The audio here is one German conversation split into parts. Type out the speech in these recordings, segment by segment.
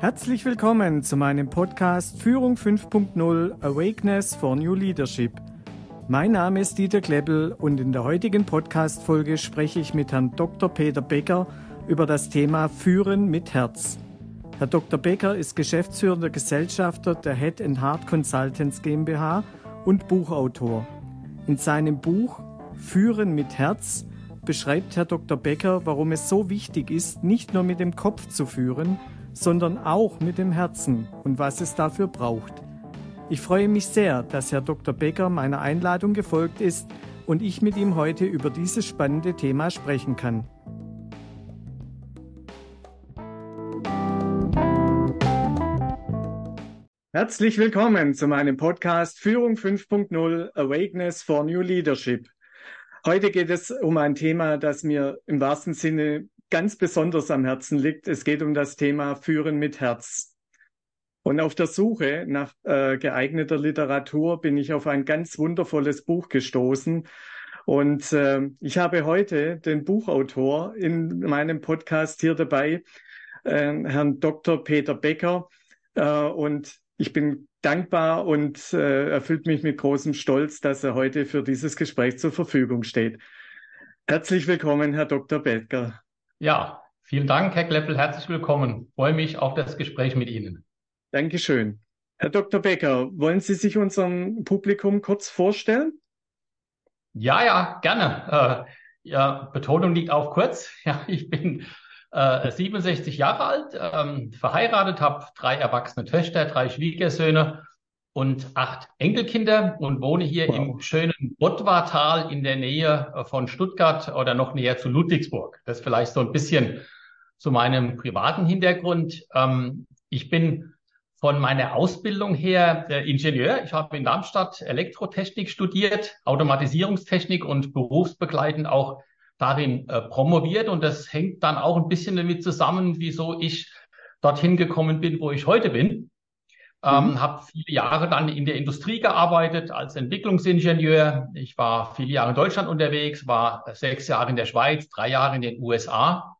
Herzlich willkommen zu meinem Podcast Führung 5.0 Awakeness for New Leadership. Mein Name ist Dieter Kleppel und in der heutigen Podcast-Folge spreche ich mit Herrn Dr. Peter Becker über das Thema Führen mit Herz. Herr Dr. Becker ist geschäftsführender Gesellschafter der Head & Heart Consultants GmbH und Buchautor. In seinem Buch Führen mit Herz beschreibt Herr Dr. Becker, warum es so wichtig ist, nicht nur mit dem Kopf zu führen, sondern auch mit dem Herzen und was es dafür braucht. Ich freue mich sehr, dass Herr Dr. Becker meiner Einladung gefolgt ist und ich mit ihm heute über dieses spannende Thema sprechen kann. Herzlich willkommen zu meinem Podcast Führung 5.0 Awakeness for New Leadership. Heute geht es um ein Thema, das mir im wahrsten Sinne ganz besonders am Herzen liegt. Es geht um das Thema Führen mit Herz. Und auf der Suche nach geeigneter Literatur bin ich auf ein ganz wundervolles Buch gestoßen. Und ich habe heute den Buchautor in meinem Podcast hier dabei, Herrn Dr. Peter Becker. Und ich bin dankbar und erfüllt mich mit großem Stolz, dass er heute für dieses Gespräch zur Verfügung steht. Herzlich willkommen, Herr Dr. Becker. Ja, vielen Dank, Herr Kleppel. Herzlich willkommen. Freue mich auf das Gespräch mit Ihnen. Dankeschön. Herr Dr. Becker, wollen Sie sich unserem Publikum kurz vorstellen? Ja, gerne. Betonung liegt auf kurz. Ja, ich bin 67 Jahre alt, verheiratet, habe 3 erwachsene Töchter, 3 Schwiegersöhne und 8 Enkelkinder und wohne hier im schönen Bottwartal in der Nähe von Stuttgart oder noch näher zu Ludwigsburg. Das vielleicht so ein bisschen zu meinem privaten Hintergrund. Ich bin von meiner Ausbildung her Ingenieur. Ich habe in Darmstadt Elektrotechnik studiert, Automatisierungstechnik und berufsbegleitend auch darin promoviert. Und das hängt dann auch ein bisschen damit zusammen, wieso ich dorthin gekommen bin, wo ich heute bin. Habe viele Jahre dann in der Industrie gearbeitet als Entwicklungsingenieur. Ich war viele Jahre in Deutschland unterwegs, war 6 Jahre in der Schweiz, 3 Jahre in den USA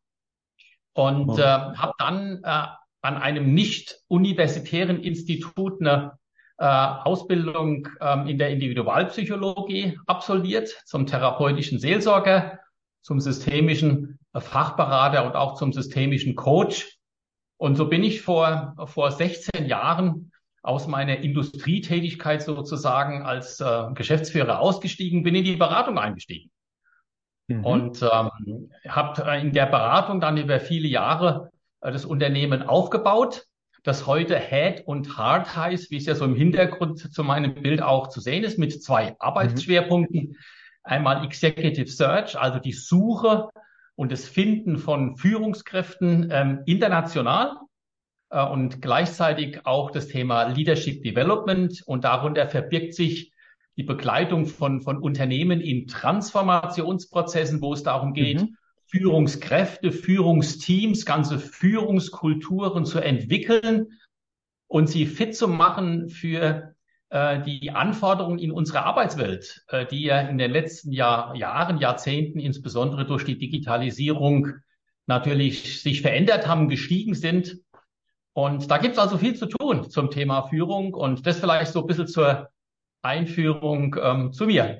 und habe dann an einem nicht universitären Institut eine Ausbildung in der Individualpsychologie absolviert, zum therapeutischen Seelsorger, zum systemischen Fachberater und auch zum systemischen Coach. Und so bin ich vor 16 Jahren aus meiner Industrietätigkeit sozusagen als Geschäftsführer ausgestiegen, bin in die Beratung eingestiegen. Und habe in der Beratung dann über viele Jahre das Unternehmen aufgebaut, das heute Head & Heart heißt, wie es ja so im Hintergrund zu meinem Bild auch zu sehen ist, mit 2 Arbeitsschwerpunkten. Einmal Executive Search, also die Suche und das Finden von Führungskräften international und gleichzeitig auch das Thema Leadership Development. Und darunter verbirgt sich die Begleitung von Unternehmen in Transformationsprozessen, wo es darum geht, Führungskräfte, Führungsteams, ganze Führungskulturen zu entwickeln und sie fit zu machen für die Anforderungen in unserer Arbeitswelt, die ja in den letzten Jahren, Jahrzehnten, insbesondere durch die Digitalisierung natürlich sich verändert haben, gestiegen sind. Und da gibt es also viel zu tun zum Thema Führung und das vielleicht so ein bisschen zur Einführung zu mir.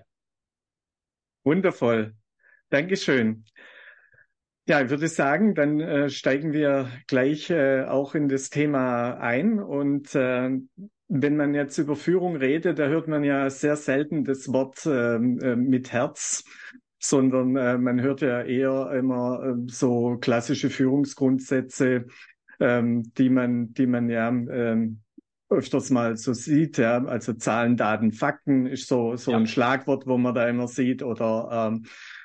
Wundervoll. Dankeschön. Ja, ich würde sagen, dann steigen wir gleich auch in das Thema ein. Und wenn man jetzt über Führung redet, da hört man ja sehr selten das Wort mit Herz, sondern man hört ja eher immer so klassische Führungsgrundsätze, die man ja öfters mal so sieht. Ja, also Zahlen, Daten, Fakten ist so ein Schlagwort, wo man da immer sieht, oder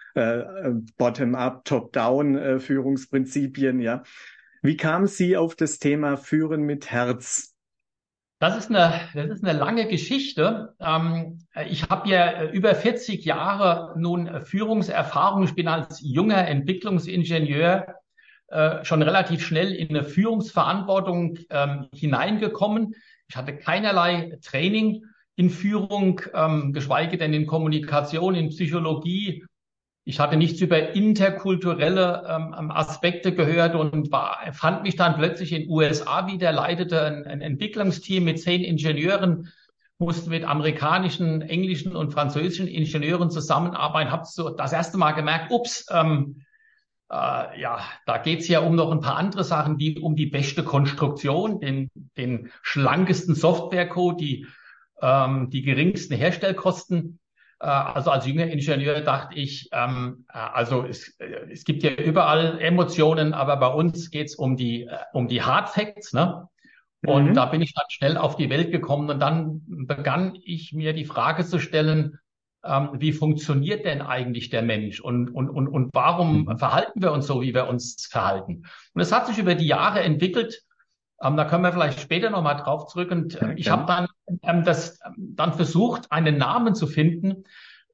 Bottom-up, Top-down Führungsprinzipien, ja. Wie kamen Sie auf das Thema Führen mit Herz? Das ist eine lange Geschichte. Ich habe ja über 40 Jahre nun Führungserfahrung. Ich bin als junger Entwicklungsingenieur schon relativ schnell in eine Führungsverantwortung hineingekommen. Ich hatte keinerlei Training in Führung, geschweige denn in Kommunikation, in Psychologie Ich hatte nichts über interkulturelle Aspekte gehört und fand mich dann plötzlich in den USA wieder, leitete ein Entwicklungsteam mit 10 Ingenieuren, musste mit amerikanischen, englischen und französischen Ingenieuren zusammenarbeiten, habe so das erste Mal gemerkt, ups, ja, da geht's ja um noch ein paar andere Sachen, wie um die beste Konstruktion, den schlankesten Softwarecode, die geringsten Herstellkosten. Also als junger Ingenieur dachte ich, also es gibt ja überall Emotionen, aber bei uns geht's um die Hard Facts, ne? Und da Mhm. bin ich dann schnell auf die Welt gekommen und dann begann ich mir die Frage zu stellen, wie funktioniert denn eigentlich der Mensch und warum Mhm. verhalten wir uns so, wie wir uns verhalten? Und es hat sich über die Jahre entwickelt. Da können wir vielleicht später nochmal drauf zurück. Und Ja, ich habe gern. dann versucht, einen Namen zu finden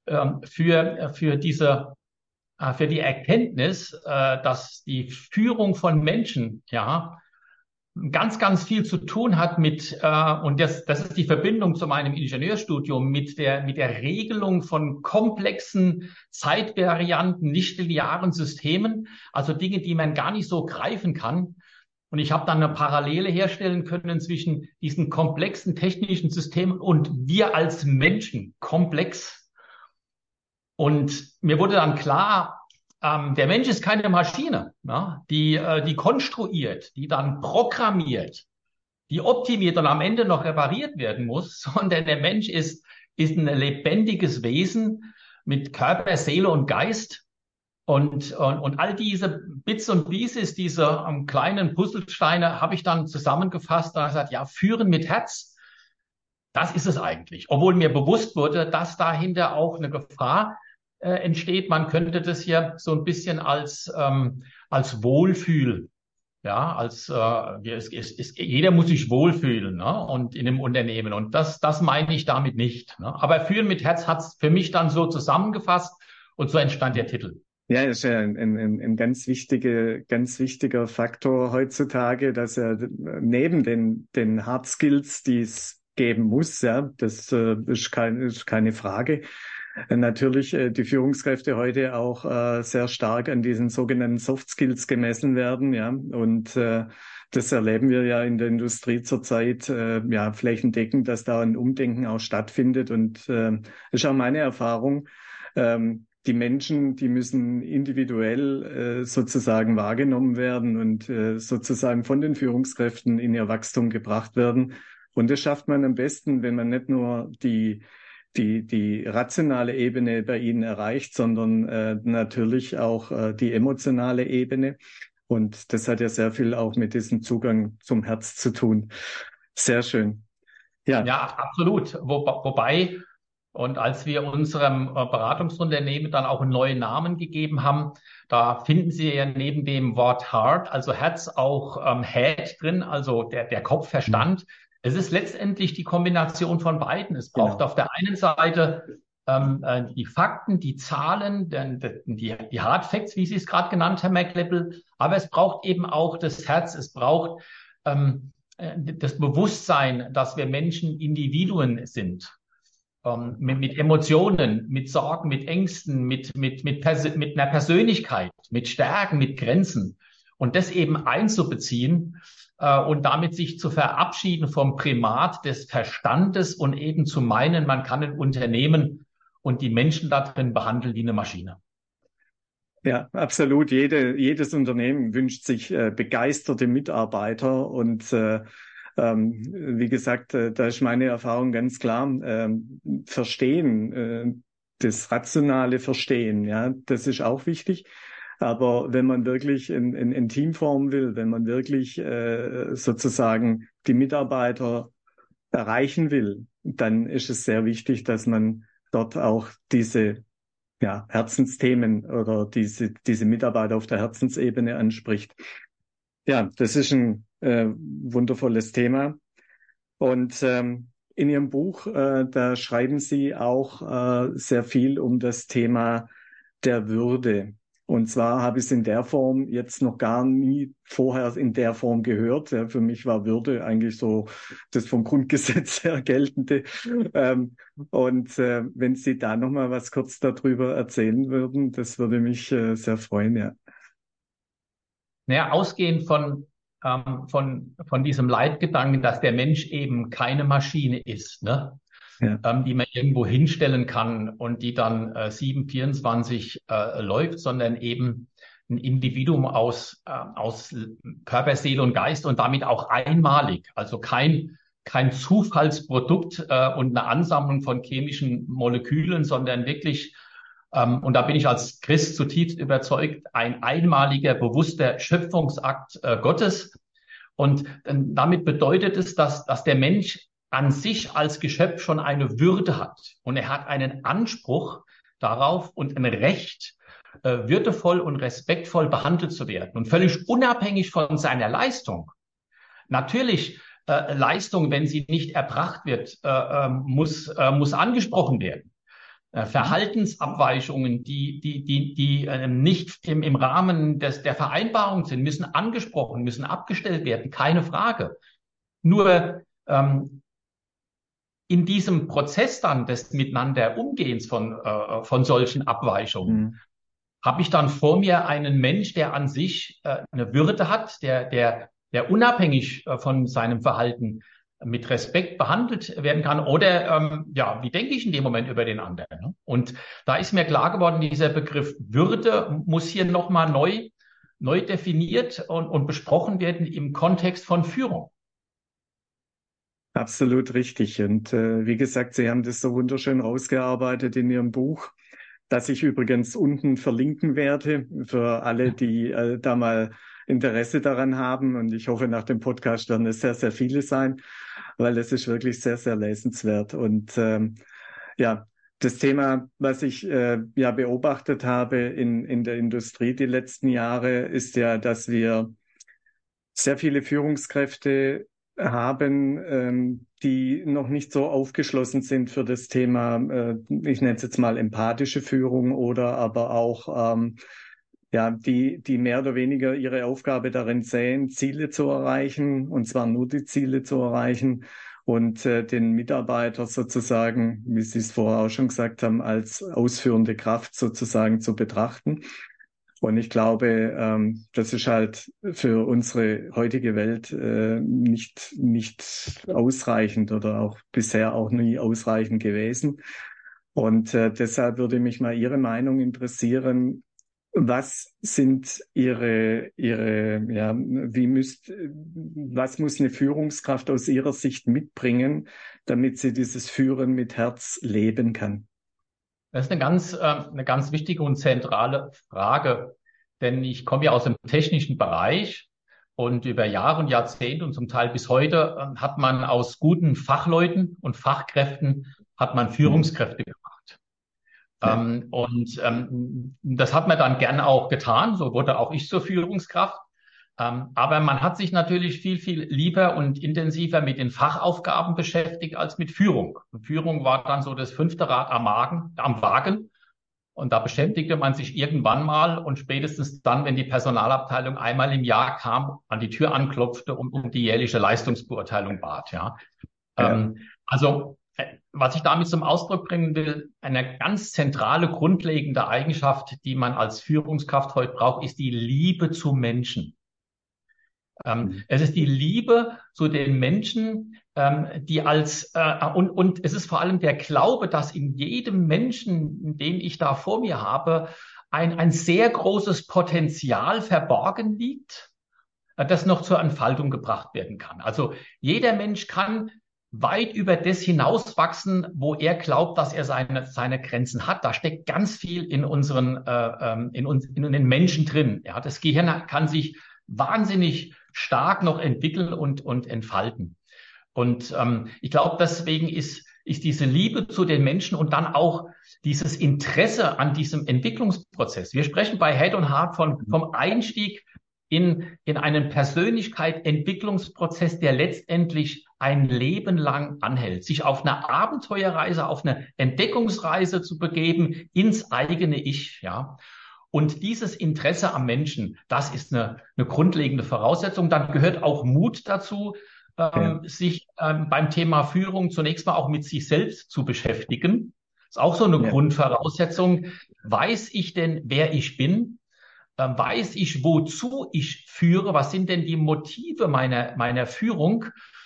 für die Erkenntnis, dass die Führung von Menschen, ja, ganz, ganz viel zu tun hat und das ist die Verbindung zu meinem Ingenieurstudium mit der Regelung von komplexen Zeitvarianten, nichtlinearen Systemen, also Dinge, die man gar nicht so greifen kann. Und ich habe dann eine Parallele herstellen können zwischen diesen komplexen technischen Systemen und wir als Menschen komplex. Und mir wurde dann klar, der Mensch ist keine Maschine, ja, die konstruiert, die dann programmiert, die optimiert und am Ende noch repariert werden muss, sondern der Mensch ist ein lebendiges Wesen mit Körper, Seele und Geist. Und all diese Bits und Pieces, diese kleinen Puzzlesteine habe ich dann zusammengefasst und gesagt, ja, führen mit Herz, das ist es eigentlich. Obwohl mir bewusst wurde, dass dahinter auch eine Gefahr entsteht. Man könnte das hier so ein bisschen als Wohlfühl, ja, jeder muss sich wohlfühlen, ne? Und in einem Unternehmen. Und das meine ich damit nicht. Ne? Aber Führen mit Herz hat es für mich dann so zusammengefasst und so entstand der Titel. Ja, ist ja ein ganz wichtiger Faktor heutzutage, dass er neben den Hard Skills, die es geben muss, ja, das ist keine Frage. Natürlich die Führungskräfte heute auch sehr stark an diesen sogenannten Soft Skills gemessen werden, ja, und das erleben wir ja in der Industrie zurzeit ja flächendeckend, dass da ein Umdenken auch stattfindet und ist auch meine Erfahrung. Die Menschen, die müssen individuell sozusagen wahrgenommen werden und sozusagen von den Führungskräften in ihr Wachstum gebracht werden. Und das schafft man am besten, wenn man nicht nur die rationale Ebene bei ihnen erreicht, sondern natürlich auch die emotionale Ebene. Und das hat ja sehr viel auch mit diesem Zugang zum Herz zu tun. Sehr schön. Ja, Ja, absolut. Wobei, und als wir unserem Beratungsunternehmen dann auch einen neuen Namen gegeben haben, da finden Sie ja neben dem Wort Heart, also Herz, auch Head drin, also der Kopfverstand. Es ist letztendlich die Kombination von beiden. Es braucht genau. auf der einen Seite die Fakten, die Zahlen, die Hard Facts, wie Sie es gerade genannt haben, Herr Kleppel, aber es braucht eben auch das Herz, es braucht das Bewusstsein, dass wir Menschen Individuen sind, mit Emotionen, mit Sorgen, mit Ängsten, mit einer Persönlichkeit, mit Stärken, mit Grenzen. Und das eben einzubeziehen und damit sich zu verabschieden vom Primat des Verstandes und eben zu meinen, man kann ein Unternehmen und die Menschen da drin behandeln wie eine Maschine. Ja, absolut. Jedes Unternehmen wünscht sich begeisterte Mitarbeiter und wie gesagt, da ist meine Erfahrung ganz klar. Verstehen, das rationale Verstehen, ja, das ist auch wichtig. Aber wenn man wirklich ein Team formen will, wenn man wirklich sozusagen die Mitarbeiter erreichen will, dann ist es sehr wichtig, dass man dort auch diese ja, Herzensthemen oder diese Mitarbeiter auf der Herzensebene anspricht. Ja, das ist ein wundervolles Thema. Und in Ihrem Buch, da schreiben Sie auch sehr viel um das Thema der Würde. Und zwar habe ich es in der Form jetzt noch gar nie vorher in der Form gehört. Ja, für mich war Würde eigentlich so das vom Grundgesetz her geltende. Wenn Sie da noch mal was kurz darüber erzählen würden, das würde mich sehr freuen, ja. Naja, ausgehend von diesem Leitgedanken, dass der Mensch eben keine Maschine ist, ne? Ja. Die man irgendwo hinstellen kann und die dann 7/24 läuft, sondern eben ein Individuum aus Körper, Seele und Geist und damit auch einmalig, also kein Zufallsprodukt und eine Ansammlung von chemischen Molekülen, sondern wirklich, und da bin ich als Christ zutiefst überzeugt, ein einmaliger, bewusster Schöpfungsakt Gottes. Und damit bedeutet es, dass der Mensch an sich als Geschöpf schon eine Würde hat. Und er hat einen Anspruch darauf und ein Recht, würdevoll und respektvoll behandelt zu werden. Und völlig unabhängig von seiner Leistung. Natürlich, Leistung, wenn sie nicht erbracht wird, muss angesprochen werden. Verhaltensabweichungen, die nicht im Rahmen der Vereinbarung sind, müssen angesprochen, müssen abgestellt werden, keine Frage. Nur in diesem Prozess dann des Miteinanderumgehens von solchen Abweichungen habe ich dann vor mir einen Mensch, der an sich eine Würde hat, der unabhängig von seinem Verhalten mit Respekt behandelt werden kann. Oder ja, wie denke ich in dem Moment über den anderen? Ne? Und da ist mir klar geworden, dieser Begriff Würde muss hier nochmal neu definiert und besprochen werden im Kontext von Führung. Absolut richtig. Und wie gesagt, Sie haben das so wunderschön rausgearbeitet in Ihrem Buch, das ich übrigens unten verlinken werde für alle, die da mal Interesse daran haben. Und ich hoffe, nach dem Podcast werden es sehr, sehr viele sein, weil es ist wirklich sehr, sehr lesenswert. Und ja, das Thema, was ich ja beobachtet habe in der Industrie die letzten Jahre, ist ja, dass wir sehr viele Führungskräfte haben, die noch nicht so aufgeschlossen sind für das Thema, ich nenne es jetzt mal empathische Führung oder aber auch, ja, die mehr oder weniger ihre Aufgabe darin sehen, Ziele zu erreichen, und zwar nur die Ziele zu erreichen und den Mitarbeiter sozusagen, wie Sie es vorher auch schon gesagt haben, als ausführende Kraft sozusagen zu betrachten. Und ich glaube, das ist halt für unsere heutige Welt nicht ausreichend oder auch bisher auch nie ausreichend gewesen. Und deshalb würde mich mal Ihre Meinung interessieren. Was sind ja, was muss eine Führungskraft aus Ihrer Sicht mitbringen, damit sie dieses Führen mit Herz leben kann? Das ist eine ganz wichtige und zentrale Frage, denn ich komme ja aus dem technischen Bereich und über Jahre und Jahrzehnte und zum Teil bis heute hat man aus guten Fachleuten und Fachkräften hat man Führungskräfte gemacht. Ja. Das hat man dann gern auch getan, so wurde auch ich zur Führungskraft. Aber man hat sich natürlich viel, viel lieber und intensiver mit den Fachaufgaben beschäftigt als mit Führung. Und Führung war dann so das fünfte Rad am Wagen. Und da beschäftigte man sich irgendwann mal und spätestens dann, wenn die Personalabteilung einmal im Jahr kam, an die Tür anklopfte und um die jährliche Leistungsbeurteilung bat. Ja. Ja. Was ich damit zum Ausdruck bringen will, eine ganz zentrale, grundlegende Eigenschaft, die man als Führungskraft heute braucht, ist die Liebe zu Menschen. Es ist die Liebe zu den Menschen, die und es ist vor allem der Glaube, dass in jedem Menschen, den ich da vor mir habe, ein sehr großes Potenzial verborgen liegt, das noch zur Entfaltung gebracht werden kann. Also jeder Mensch kann weit über das hinauswachsen, wo er glaubt, dass er seine Grenzen hat. Da steckt ganz viel in in den Menschen drin. Ja, das Gehirn kann sich wahnsinnig stark noch entwickeln und entfalten. Und ich glaube, deswegen ist diese Liebe zu den Menschen und dann auch dieses Interesse an diesem Entwicklungsprozess. Wir sprechen bei Head und Heart vom Einstieg in einen Persönlichkeit-Entwicklungsprozess, der letztendlich ein Leben lang anhält, sich auf eine Abenteuerreise, auf eine Entdeckungsreise zu begeben ins eigene Ich, ja. Und dieses Interesse am Menschen, das ist eine grundlegende Voraussetzung. Dann gehört auch Mut dazu, Ja, sich beim Thema Führung zunächst mal auch mit sich selbst zu beschäftigen. Das ist auch so eine ja, Grundvoraussetzung. Weiß ich denn, wer ich bin? Weiß ich, wozu ich führe? Was sind denn die Motive meiner Führung?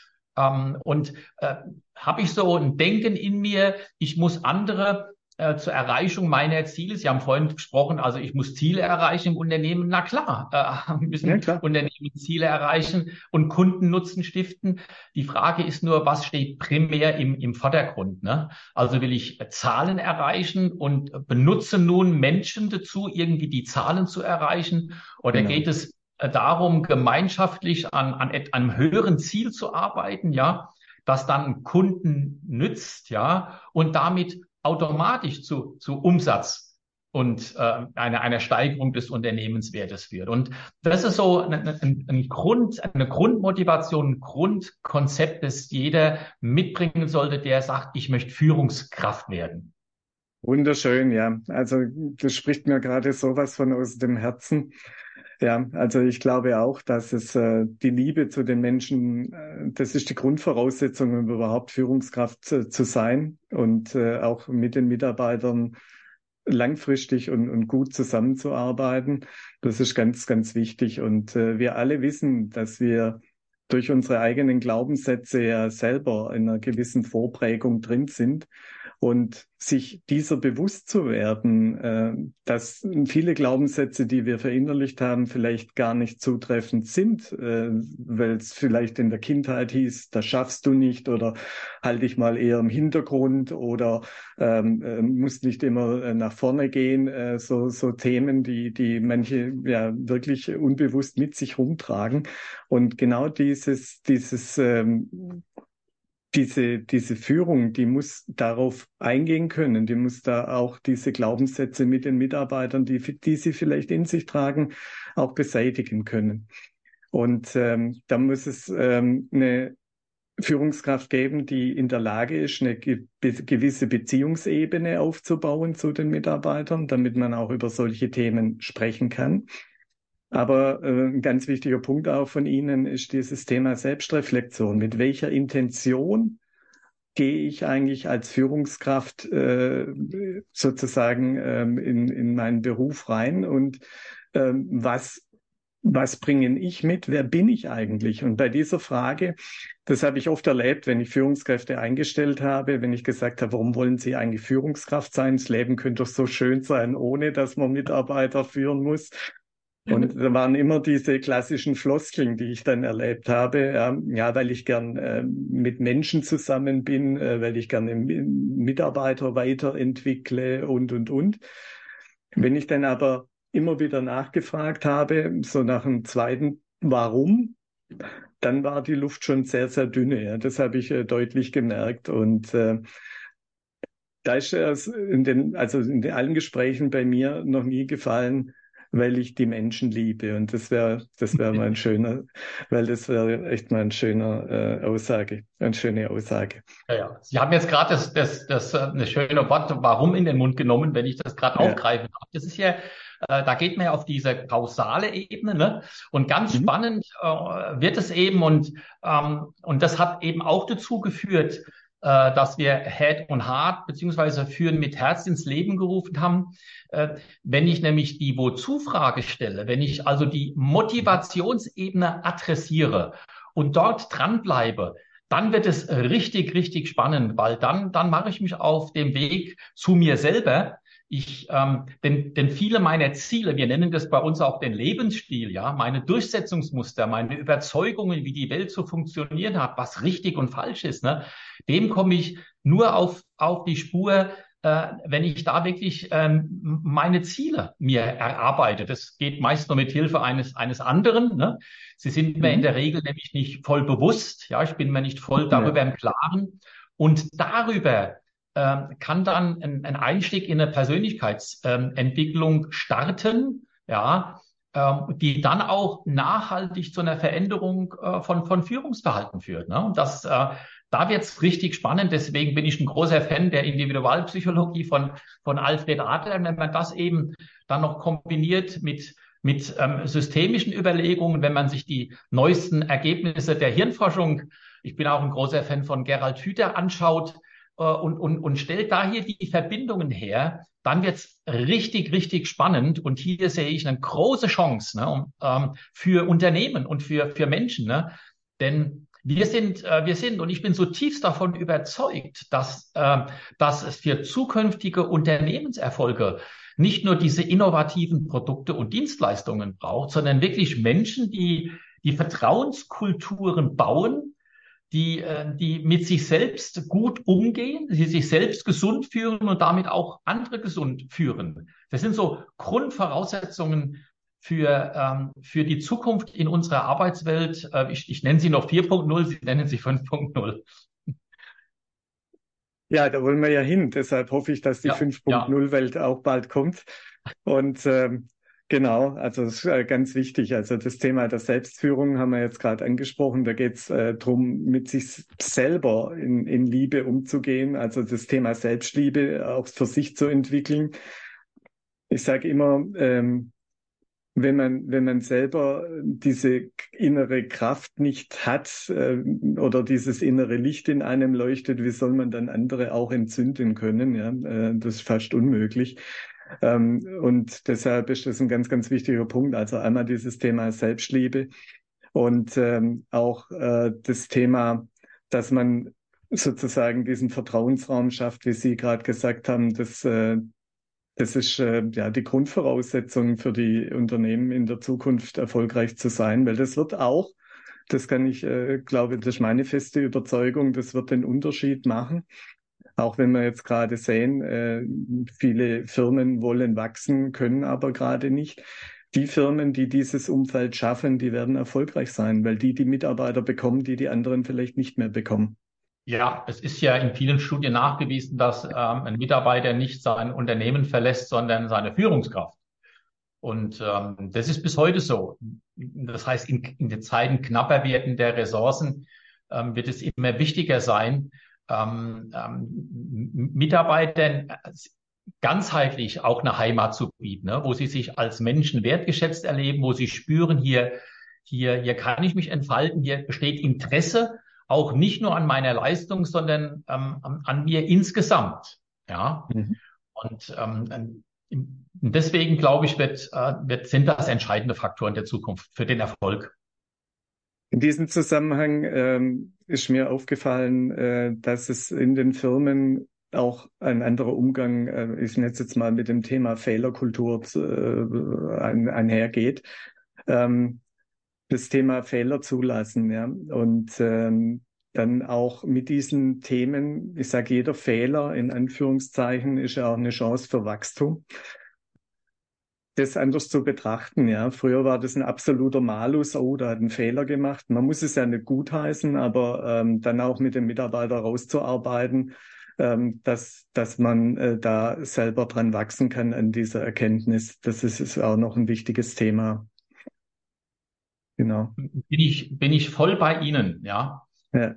Und habe ich so ein Denken in mir, ich muss andere zur Erreichung meiner Ziele, Sie haben vorhin gesprochen, also ich muss Ziele erreichen im Unternehmen. Na klar, ja, müssen klar. Unternehmen Ziele erreichen und Kundennutzen stiften. Die Frage ist nur, was steht primär im Vordergrund, ne? Also will ich Zahlen erreichen und benutze nun Menschen dazu, irgendwie die Zahlen zu erreichen? Oder Genau. geht es darum, gemeinschaftlich an einem höheren Ziel zu arbeiten, ja, das dann Kunden nützt, ja, und damit automatisch zu Umsatz und einer Steigerung des Unternehmenswertes führt. Und das ist so eine Grundmotivation, ein Grundkonzept, das jeder mitbringen sollte, der sagt, ich möchte Führungskraft werden. Wunderschön, ja. Also das spricht mir gerade sowas von aus dem Herzen. Ja, also ich glaube auch, dass es die Liebe zu den Menschen, das ist die Grundvoraussetzung, um überhaupt Führungskraft zu sein und auch mit den Mitarbeitern langfristig und gut zusammenzuarbeiten. Das ist ganz, ganz wichtig. Und wir alle wissen, dass wir durch unsere eigenen Glaubenssätze ja selber in einer gewissen Vorprägung drin sind. Und sich dieser bewusst zu werden, dass viele Glaubenssätze, die wir verinnerlicht haben, vielleicht gar nicht zutreffend sind, weil es vielleicht in der Kindheit hieß, das schaffst du nicht oder halt dich mal eher im Hintergrund oder musst nicht immer nach vorne gehen, so Themen, die manche ja wirklich unbewusst mit sich rumtragen. Und genau diese Führung, die muss darauf eingehen können, die muss da auch diese Glaubenssätze mit den Mitarbeitern, die sie vielleicht in sich tragen, auch beseitigen können. Und da muss es eine Führungskraft geben, die in der Lage ist, eine gewisse Beziehungsebene aufzubauen zu den Mitarbeitern, damit man auch über solche Themen sprechen kann. Aber ein ganz wichtiger Punkt auch von Ihnen ist dieses Thema Selbstreflexion. Mit welcher Intention gehe ich eigentlich als Führungskraft sozusagen in meinen Beruf rein und was bringe ich mit? Wer bin ich eigentlich? Und bei dieser Frage, das habe ich oft erlebt, wenn ich Führungskräfte eingestellt habe, wenn ich gesagt habe, warum wollen Sie eigentlich Führungskraft sein? Das Leben könnte doch so schön sein, ohne dass man Mitarbeiter führen muss. Und da waren immer diese klassischen Floskeln, die ich dann erlebt habe. Ja, weil ich gern mit Menschen zusammen bin, weil ich gerne Mitarbeiter weiterentwickle und. Wenn ich dann aber immer wieder nachgefragt habe, so nach dem zweiten Warum, dann war die Luft schon sehr, sehr dünne. Ja. Das habe ich deutlich gemerkt. Und da ist es also in allen Gesprächen bei mir noch nie gefallen, weil ich die Menschen liebe. Und das wäre mal ein schöner, weil das wäre echt mal ein schöner Aussage, eine schöne Aussage. Ja, ja. Sie haben jetzt gerade das eine schöne Wort, warum in den Mund genommen, wenn ich das gerade Ja. aufgreifen darf. Das ist ja, da geht man ja auf diese kausale Ebene, ne? Und ganz Mhm. spannend wird es eben und das hat eben auch dazu geführt, dass wir Head und Heart beziehungsweise Führen mit Herz ins Leben gerufen haben. Wenn ich nämlich die Wozu-Frage stelle, wenn ich also die Motivationsebene adressiere und dort dranbleibe, dann wird es richtig, richtig spannend, weil dann mache ich mich auf dem Weg zu mir selber. Denn viele meiner Ziele, wir nennen das bei uns auch den Lebensstil, ja, meine Durchsetzungsmuster, meine Überzeugungen, wie die Welt zu funktionieren hat, was richtig und falsch ist, ne, dem komme ich nur auf die Spur, wenn ich da wirklich meine Ziele mir erarbeite. Das geht meist nur mit Hilfe eines anderen, ne? Sie sind mir in Mhm. der Regel nämlich nicht voll bewusst. Ja, ich bin mir nicht voll Ja. darüber im Klaren. Und darüber kann dann ein Einstieg in eine Persönlichkeitsentwicklung starten, ja, die dann auch nachhaltig zu einer Veränderung von Führungsverhalten führt. Ne? Und da wird's richtig spannend. Deswegen bin ich ein großer Fan der Individualpsychologie von Alfred Adler. Und wenn man das eben dann noch kombiniert mit systemischen Überlegungen, wenn man sich die neuesten Ergebnisse der Hirnforschung, ich bin auch ein großer Fan von Gerald Hüther, anschaut und stellt da hier die Verbindungen her, dann wird's richtig, richtig spannend. Und hier sehe ich eine große Chance, ne, für Unternehmen und für Menschen. Ne? Denn wir sind, und ich bin zutiefst davon überzeugt, dass es für zukünftige Unternehmenserfolge nicht nur diese innovativen Produkte und Dienstleistungen braucht, sondern wirklich Menschen, die Vertrauenskulturen bauen, die mit sich selbst gut umgehen, die sich selbst gesund führen und damit auch andere gesund führen. Das sind so Grundvoraussetzungen für die Zukunft in unserer Arbeitswelt. Ich nenne sie noch 4.0, Sie nennen sie 5.0. Ja, da wollen wir ja hin. Deshalb hoffe ich, dass die Ja, ja. 5.0-Welt auch bald kommt. Und genau, also das ist ganz wichtig. Also das Thema der Selbstführung haben wir jetzt gerade angesprochen. Da geht es darum, mit sich selber in Liebe umzugehen. Also das Thema Selbstliebe auch für sich zu entwickeln. Ich sage immer, wenn man selber diese innere Kraft nicht hat oder dieses innere Licht in einem leuchtet, wie soll man dann andere auch entzünden können? Ja, das ist fast unmöglich. Und deshalb ist das ein ganz, ganz wichtiger Punkt. Also einmal dieses Thema Selbstliebe und auch das Thema, dass man sozusagen diesen Vertrauensraum schafft, wie Sie gerade gesagt haben, das ist ja die Grundvoraussetzung für die Unternehmen in der Zukunft erfolgreich zu sein, weil das wird auch, das kann ich, glaube, das ist meine feste Überzeugung, das wird den Unterschied machen. Auch wenn wir jetzt gerade sehen, viele Firmen wollen wachsen, können aber gerade nicht. Die Firmen, die dieses Umfeld schaffen, die werden erfolgreich sein, weil die Mitarbeiter bekommen, die anderen vielleicht nicht mehr bekommen. Ja, es ist ja in vielen Studien nachgewiesen, dass ein Mitarbeiter nicht sein Unternehmen verlässt, sondern seine Führungskraft. Und das ist bis heute so. Das heißt, in den Zeiten knapper werdender Ressourcen wird es immer wichtiger sein, Mitarbeitern ganzheitlich auch eine Heimat zu bieten, ne? Wo sie sich als Menschen wertgeschätzt erleben, wo sie spüren, hier kann ich mich entfalten, hier besteht Interesse, auch nicht nur an meiner Leistung, sondern an mir insgesamt. Ja. Mhm. Und deswegen glaube ich, sind das entscheidende Faktoren der Zukunft für den Erfolg. In diesem Zusammenhang ist mir aufgefallen, dass es in den Firmen auch ein anderer Umgang, ich nenne es jetzt mal mit dem Thema Fehlerkultur einhergeht. Das Thema Fehler zulassen, ja, und dann auch mit diesen Themen, ich sage, jeder Fehler in Anführungszeichen ist ja auch eine Chance für Wachstum. Das anders zu betrachten, ja. Früher war das ein absoluter Malus, oh, da hat ein Fehler gemacht. Man muss es ja nicht gutheißen, aber dann auch mit dem Mitarbeiter rauszuarbeiten, dass man da selber dran wachsen kann an dieser Erkenntnis. Das ist auch noch ein wichtiges Thema. Genau. Bin ich voll bei Ihnen, ja. Ja.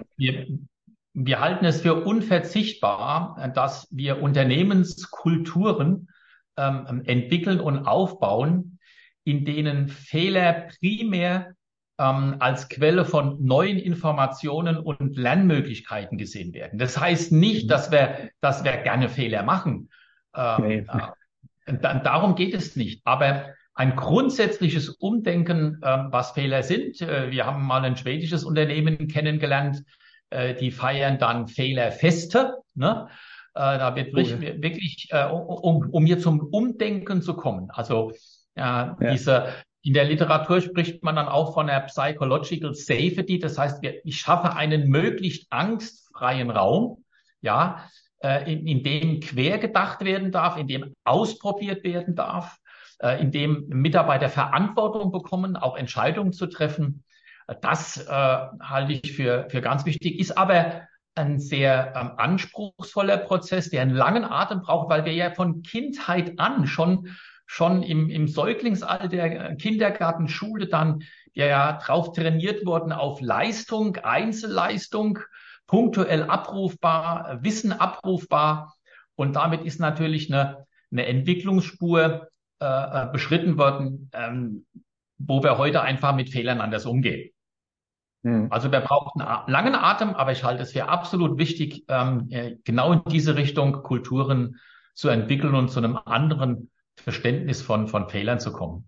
Wir halten es für unverzichtbar, dass wir Unternehmenskulturen entwickeln und aufbauen, in denen Fehler primär als Quelle von neuen Informationen und Lernmöglichkeiten gesehen werden. Das heißt nicht, dass wir gerne Fehler machen. Nee. Darum geht es nicht. Aber ein grundsätzliches Umdenken, was Fehler sind. Wir haben mal ein schwedisches Unternehmen kennengelernt, die feiern dann Fehlerfeste. Ne? Da wird Oh, ja. wirklich, um hier zum Umdenken zu kommen. Also Ja. in der Literatur spricht man dann auch von der Psychological Safety. Das heißt, ich schaffe einen möglichst angstfreien Raum, ja, in dem quer gedacht werden darf, in dem ausprobiert werden darf, in dem Mitarbeiter Verantwortung bekommen, auch Entscheidungen zu treffen. Das halte ich für ganz wichtig, ist aber ein sehr anspruchsvoller Prozess, der einen langen Atem braucht, weil wir ja von Kindheit an schon im Säuglingsalter, Kindergarten, Schule dann ja drauf trainiert wurden auf Leistung, Einzelleistung, punktuell abrufbar, Wissen abrufbar. Und damit ist natürlich eine Entwicklungsspur beschritten worden, wo wir heute einfach mit Fehlern anders umgehen. Also wir brauchen einen langen Atem, aber ich halte es für absolut wichtig, genau in diese Richtung Kulturen zu entwickeln und zu einem anderen Verständnis von Fehlern zu kommen.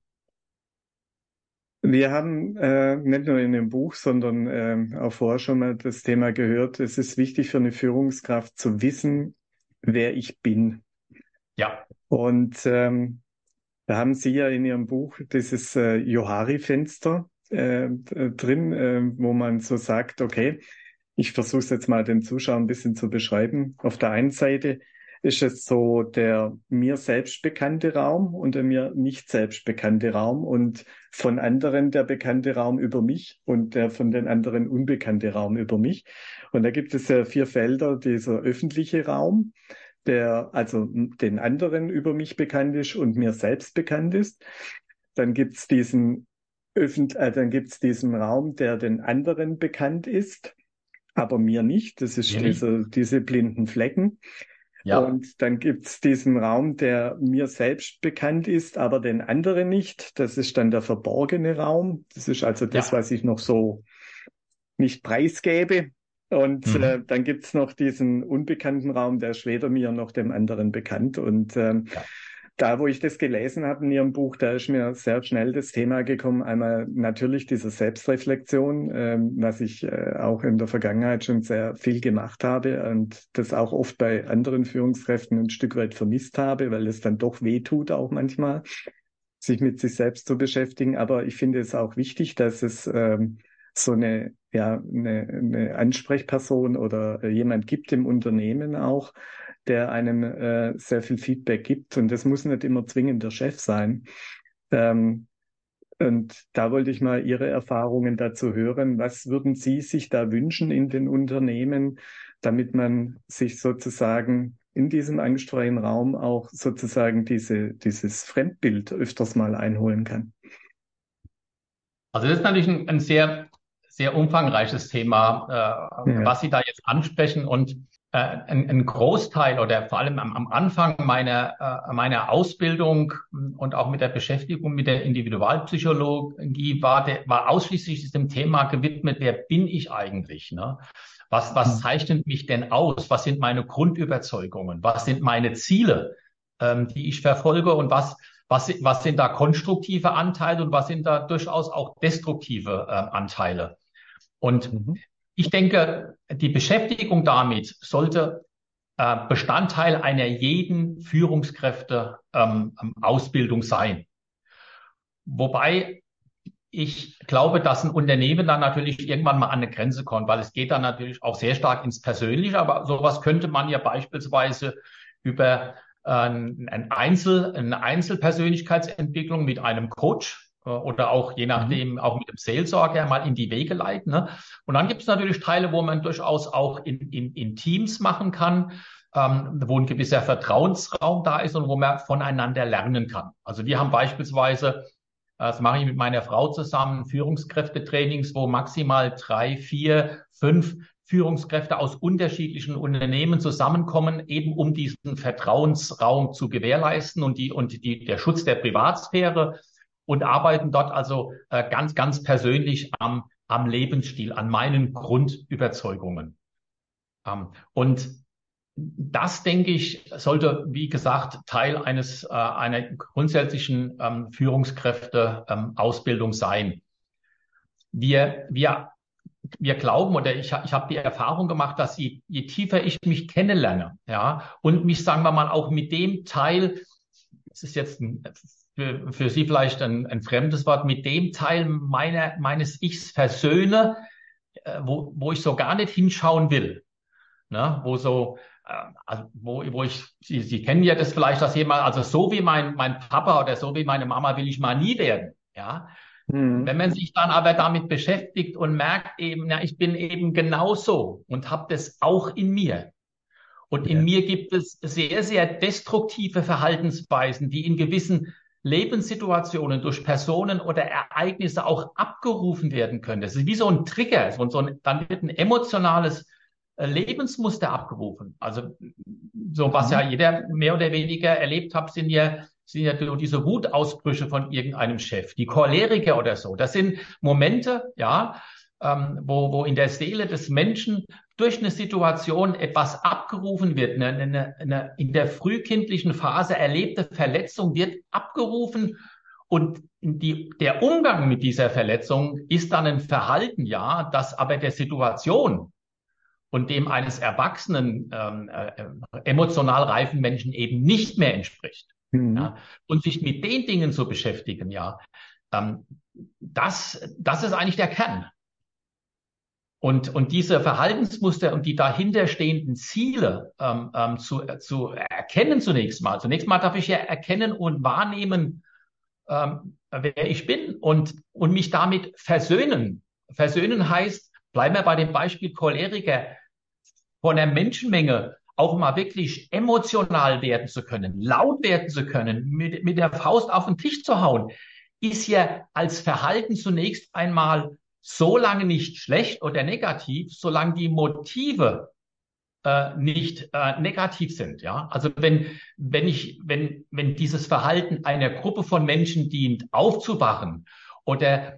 Wir haben nicht nur in dem Buch, sondern auch vorher schon mal das Thema gehört, es ist wichtig für eine Führungskraft zu wissen, wer ich bin. Ja. Und da haben Sie ja in Ihrem Buch dieses Johari-Fenster drin, wo man so sagt, okay, ich versuche es jetzt mal den Zuschauern ein bisschen zu beschreiben. Auf der einen Seite ist es so der mir selbst bekannte Raum und der mir nicht selbst bekannte Raum und von anderen der bekannte Raum über mich und der von den anderen unbekannte Raum über mich. Und da gibt es ja 4 Felder, dieser öffentliche Raum, der also den anderen über mich bekannt ist und mir selbst bekannt ist. Dann gibt's diesen diesen Raum, der den anderen bekannt ist, aber mir nicht. Das ist diese blinden Flecken. Ja. Und dann gibt's diesen Raum, der mir selbst bekannt ist, aber den anderen nicht. Das ist dann der verborgene Raum. Das ist also das, was ich noch so nicht preisgebe. Und dann gibt's noch diesen unbekannten Raum, der ist weder mir noch dem anderen bekannt. Und da, wo ich das gelesen habe in Ihrem Buch, da ist mir sehr schnell das Thema gekommen. Einmal natürlich diese Selbstreflexion, was ich auch in der Vergangenheit schon sehr viel gemacht habe und das auch oft bei anderen Führungskräften ein Stück weit vermisst habe, weil es dann doch weh tut auch manchmal, sich mit sich selbst zu beschäftigen. Aber ich finde es auch wichtig, dass es so eine Ansprechperson oder jemand gibt im Unternehmen auch, der einem sehr viel Feedback gibt. Und das muss nicht immer zwingend der Chef sein. Und da wollte ich mal Ihre Erfahrungen dazu hören. Was würden Sie sich da wünschen in den Unternehmen, damit man sich sozusagen in diesem angstfreien Raum auch sozusagen dieses Fremdbild öfters mal einholen kann? Also das ist natürlich ein sehr, sehr umfangreiches Thema, was Sie da jetzt ansprechen. Und ein Großteil oder vor allem am Anfang meiner Ausbildung und auch mit der Beschäftigung mit der Individualpsychologie war ausschließlich diesem Thema gewidmet, wer bin ich eigentlich, ne? Was zeichnet mich denn aus? Was sind meine Grundüberzeugungen? Was sind meine Ziele, die ich verfolge? Und was sind da konstruktive Anteile und was sind da durchaus auch destruktive Anteile? Und ich denke, die Beschäftigung damit sollte Bestandteil einer jeden Führungskräfte-Ausbildung sein. Wobei ich glaube, dass ein Unternehmen dann natürlich irgendwann mal an eine Grenze kommt, weil es geht dann natürlich auch sehr stark ins Persönliche. Aber sowas könnte man ja beispielsweise über eine Einzelpersönlichkeitsentwicklung mit einem Coach oder auch je nachdem auch mit dem Seelsorger mal in die Wege leiten. Ne? Und dann gibt es natürlich Teile, wo man durchaus auch in Teams machen kann, wo ein gewisser Vertrauensraum da ist und wo man voneinander lernen kann. Also wir haben beispielsweise, das mache ich mit meiner Frau zusammen, Führungskräftetrainings, wo maximal 3, 4, 5 Führungskräfte aus unterschiedlichen Unternehmen zusammenkommen, eben um diesen Vertrauensraum zu gewährleisten und der Schutz der Privatsphäre und arbeiten dort also ganz, ganz persönlich am Lebensstil, an meinen Grundüberzeugungen. Und das, denke ich, sollte, wie gesagt, Teil einer grundsätzlichen Führungskräfte-Ausbildung sein. Wir glauben, oder ich habe die Erfahrung gemacht, dass je tiefer ich mich kennenlerne, ja, und mich, sagen wir mal, auch mit dem Teil, das ist jetzt für Sie vielleicht ein fremdes Wort, mit dem Teil meines Ichs versöhne, wo ich so gar nicht hinschauen will, ne, Sie kennen ja das vielleicht, dass jemand, also so wie mein Papa oder so wie meine Mama will ich mal nie werden, ja. Wenn man sich dann aber damit beschäftigt und merkt eben, ja, ich bin eben genauso und habe das auch in mir. Und in mir gibt es sehr, sehr destruktive Verhaltensweisen, die in gewissen Lebenssituationen durch Personen oder Ereignisse auch abgerufen werden können. Das ist wie so ein Trigger. Dann wird ein emotionales Lebensmuster abgerufen. Also so was ja jeder mehr oder weniger erlebt hat, sind ja so diese Wutausbrüche von irgendeinem Chef, die Choleriker oder so. Das sind Momente, ja, wo in der Seele des Menschen durch eine Situation etwas abgerufen wird, eine in der frühkindlichen Phase erlebte Verletzung wird abgerufen und der Umgang mit dieser Verletzung ist dann ein Verhalten, ja, das aber der Situation und dem eines erwachsenen, emotional reifen Menschen eben nicht mehr entspricht. Ja, und sich mit den Dingen zu beschäftigen, ja, das ist eigentlich der Kern. Und diese Verhaltensmuster und die dahinterstehenden Ziele zu erkennen zunächst mal. Zunächst mal darf ich ja erkennen und wahrnehmen, wer ich bin und mich damit versöhnen. Versöhnen heißt, bleiben wir bei dem Beispiel Choleriker, von der Menschenmenge auch mal wirklich emotional werden zu können, laut werden zu können, mit der Faust auf den Tisch zu hauen, ist ja als Verhalten zunächst einmal so lange nicht schlecht oder negativ, solange die Motive nicht negativ sind. Ja, also wenn dieses Verhalten einer Gruppe von Menschen dient, aufzuwachen oder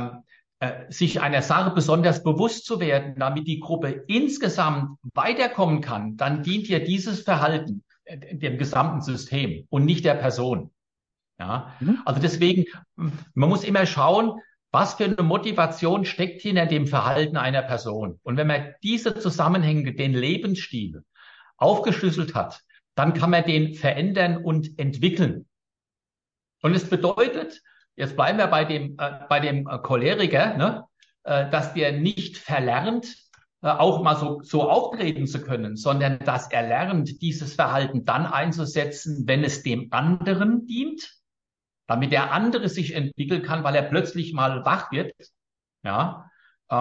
sich einer Sache besonders bewusst zu werden, damit die Gruppe insgesamt weiterkommen kann, dann dient ja dieses Verhalten dem gesamten System und nicht der Person. Ja, also deswegen, man muss immer schauen, was für eine Motivation steckt hinter dem Verhalten einer Person. Und wenn man diese Zusammenhänge, den Lebensstil aufgeschlüsselt hat, dann kann man den verändern und entwickeln. Und es bedeutet, jetzt bleiben wir bei dem Choleriker, ne, dass der nicht verlernt, auch mal so auftreten zu können, sondern dass er lernt, dieses Verhalten dann einzusetzen, wenn es dem anderen dient, damit der andere sich entwickeln kann, weil er plötzlich mal wach wird. Ja,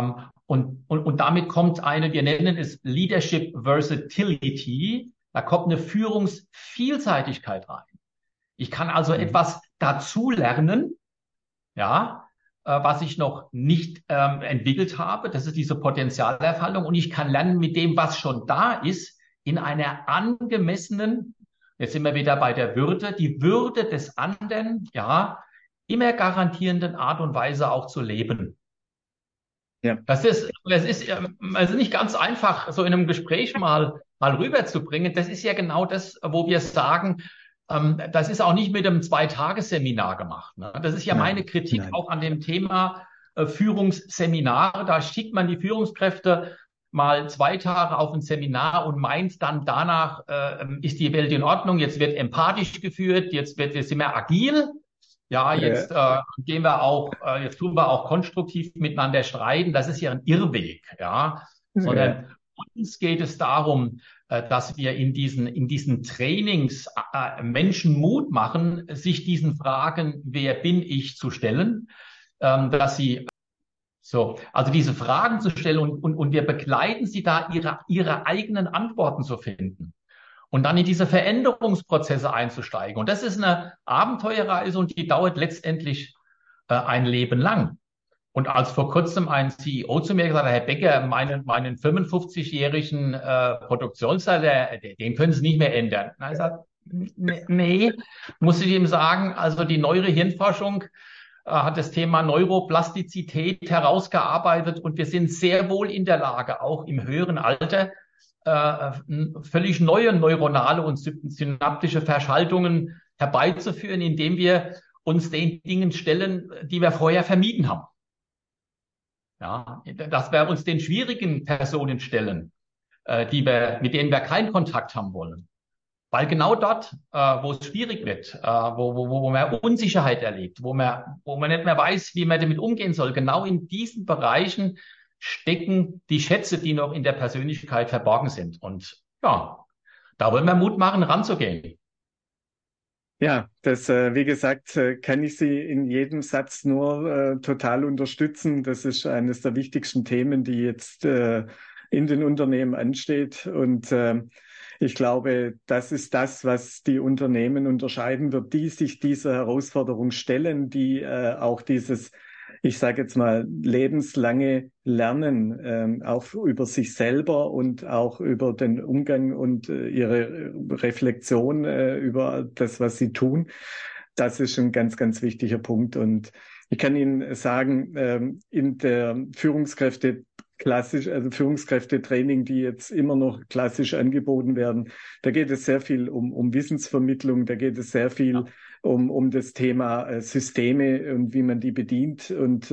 und damit kommt wir nennen es Leadership Versatility, da kommt eine Führungsvielseitigkeit rein. Ich kann also etwas dazu lernen, ja, was ich noch nicht entwickelt habe. Das ist diese Potenzialerfahrung. Und ich kann lernen mit dem, was schon da ist, in einer angemessenen, jetzt sind wir wieder bei der Würde, die Würde des anderen, ja, immer garantierenden Art und Weise auch zu leben. Ja. Das ist nicht ganz einfach, so in einem Gespräch mal rüberzubringen. Das ist ja genau das, wo wir sagen, das ist auch nicht mit einem 2-Tages-Seminar gemacht. Ne? Das ist ja meine Kritik auch an dem Thema Führungsseminare. Da schickt man die Führungskräfte mal 2 Tage auf ein Seminar und meint dann danach, ist die Welt in Ordnung, jetzt wird empathisch geführt, jetzt sind wir agil. Ja, jetzt gehen wir auch, jetzt tun wir auch konstruktiv miteinander streiten. Das ist ja ein Irrweg, ja. Sondern uns geht es darum, dass wir in diesen Trainings Menschen Mut machen, sich diesen Fragen, wer bin ich, zu stellen, dass sie also diese Fragen zu stellen und wir begleiten sie da, ihre eigenen Antworten zu finden. Und dann in diese Veränderungsprozesse einzusteigen. Und das ist eine Abenteuerreise und die dauert letztendlich ein Leben lang. Und als vor kurzem ein CEO zu mir gesagt hat, Herr Becker, meinen 55-jährigen Produktionsleiter, den können Sie nicht mehr ändern. Und er sagt, nee, muss ich ihm sagen, also die neuere Hirnforschung hat das Thema Neuroplastizität herausgearbeitet und wir sind sehr wohl in der Lage, auch im höheren Alter, völlig neue neuronale und synaptische Verschaltungen herbeizuführen, indem wir uns den Dingen stellen, die wir vorher vermieden haben. Ja, dass wir uns den schwierigen Personen stellen, mit denen wir keinen Kontakt haben wollen. Weil genau dort, wo es schwierig wird, wo man Unsicherheit erlebt, wo man nicht mehr weiß, wie man damit umgehen soll, genau in diesen Bereichen stecken die Schätze, die noch in der Persönlichkeit verborgen sind. Und ja, da wollen wir Mut machen, ranzugehen. Ja, das, wie gesagt, kann ich Sie in jedem Satz nur total unterstützen. Das ist eines der wichtigsten Themen, die jetzt in den Unternehmen ansteht. Und ich glaube, das ist das, was die Unternehmen unterscheiden wird, die sich dieser Herausforderung stellen, die auch dieses ich sage jetzt mal, lebenslange Lernen, auch über sich selber und auch über den Umgang und ihre Reflexion über das, was sie tun. Das ist ein ganz, ganz wichtiger Punkt. Und ich kann Ihnen sagen, in der also Führungskräftetraining, die jetzt immer noch klassisch angeboten werden, da geht es sehr viel um Wissensvermittlung, da geht es sehr viel um das Thema Systeme und wie man die bedient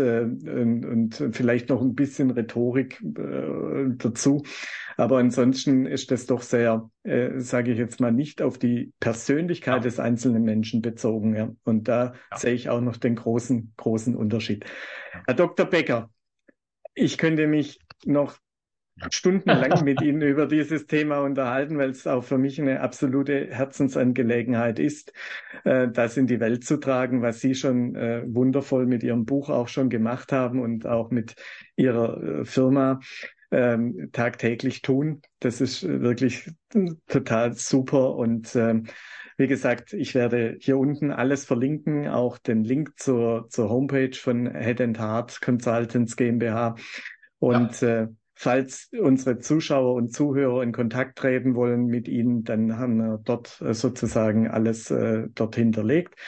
und vielleicht noch ein bisschen Rhetorik dazu. Aber ansonsten ist das doch sehr, sage ich jetzt mal, nicht auf die Persönlichkeit des einzelnen Menschen bezogen. Ja. Und da sehe ich auch noch den großen, großen Unterschied. Herr Dr. Becker, ich könnte mich noch stundenlang mit Ihnen über dieses Thema unterhalten, weil es auch für mich eine absolute Herzensangelegenheit ist, das in die Welt zu tragen, was Sie schon wundervoll mit Ihrem Buch auch schon gemacht haben und auch mit Ihrer Firma tagtäglich tun. Das ist wirklich total super und wie gesagt, ich werde hier unten alles verlinken, auch den Link zur Homepage von Head and Heart Consultants GmbH. Und falls unsere Zuschauer und Zuhörer in Kontakt treten wollen mit Ihnen, dann haben wir dort sozusagen alles dort hinterlegt.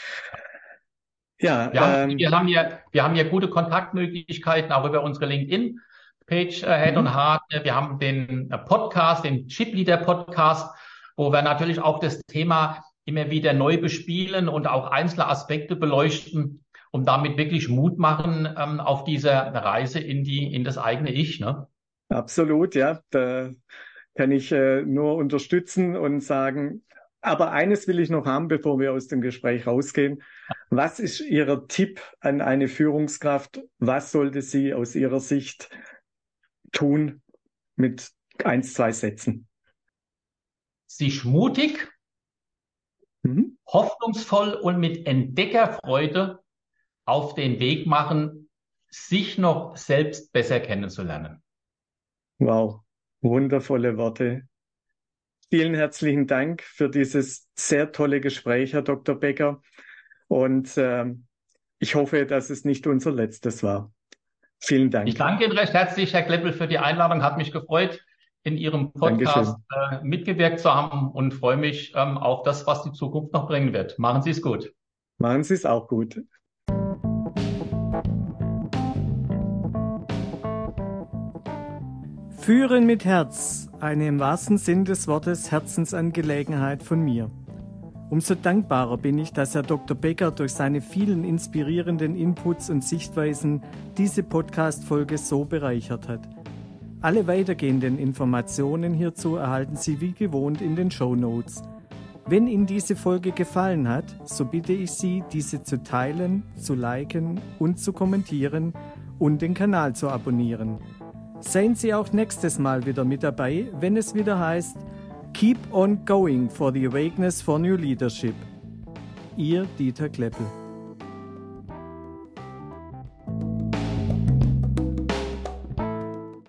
Ja, wir haben ja gute Kontaktmöglichkeiten auch über unsere LinkedIn-Page Head und Heart. Wir haben den Podcast, den Chip Leader Podcast, wo wir natürlich auch das Thema immer wieder neu bespielen und auch einzelne Aspekte beleuchten, um damit wirklich Mut machen auf dieser Reise in das eigene Ich, ne? Absolut, ja. Da kann ich nur unterstützen und sagen, aber eines will ich noch haben, bevor wir aus dem Gespräch rausgehen. Was ist Ihr Tipp an eine Führungskraft? Was sollte sie aus Ihrer Sicht tun mit 1, 2 Sätzen? Sich mutig, hoffnungsvoll und mit Entdeckerfreude auf den Weg machen, sich noch selbst besser kennenzulernen. Wow, wundervolle Worte. Vielen herzlichen Dank für dieses sehr tolle Gespräch, Herr Dr. Becker. Und ich hoffe, dass es nicht unser letztes war. Vielen Dank. Ich danke Ihnen recht herzlich, Herr Kleppel, für die Einladung. Hat mich gefreut, in Ihrem Podcast mitgewirkt zu haben und freue mich auf das, was die Zukunft noch bringen wird. Machen Sie es gut. Machen Sie es auch gut. Führen mit Herz, eine im wahrsten Sinn des Wortes Herzensangelegenheit von mir. Umso dankbarer bin ich, dass Herr Dr. Becker durch seine vielen inspirierenden Inputs und Sichtweisen diese Podcast-Folge so bereichert hat. Alle weitergehenden Informationen hierzu erhalten Sie wie gewohnt in den Shownotes. Wenn Ihnen diese Folge gefallen hat, so bitte ich Sie, diese zu teilen, zu liken und zu kommentieren und den Kanal zu abonnieren. Seien Sie auch nächstes Mal wieder mit dabei, wenn es wieder heißt Keep on going for the awakeness for new leadership. Ihr Dieter Kleppel.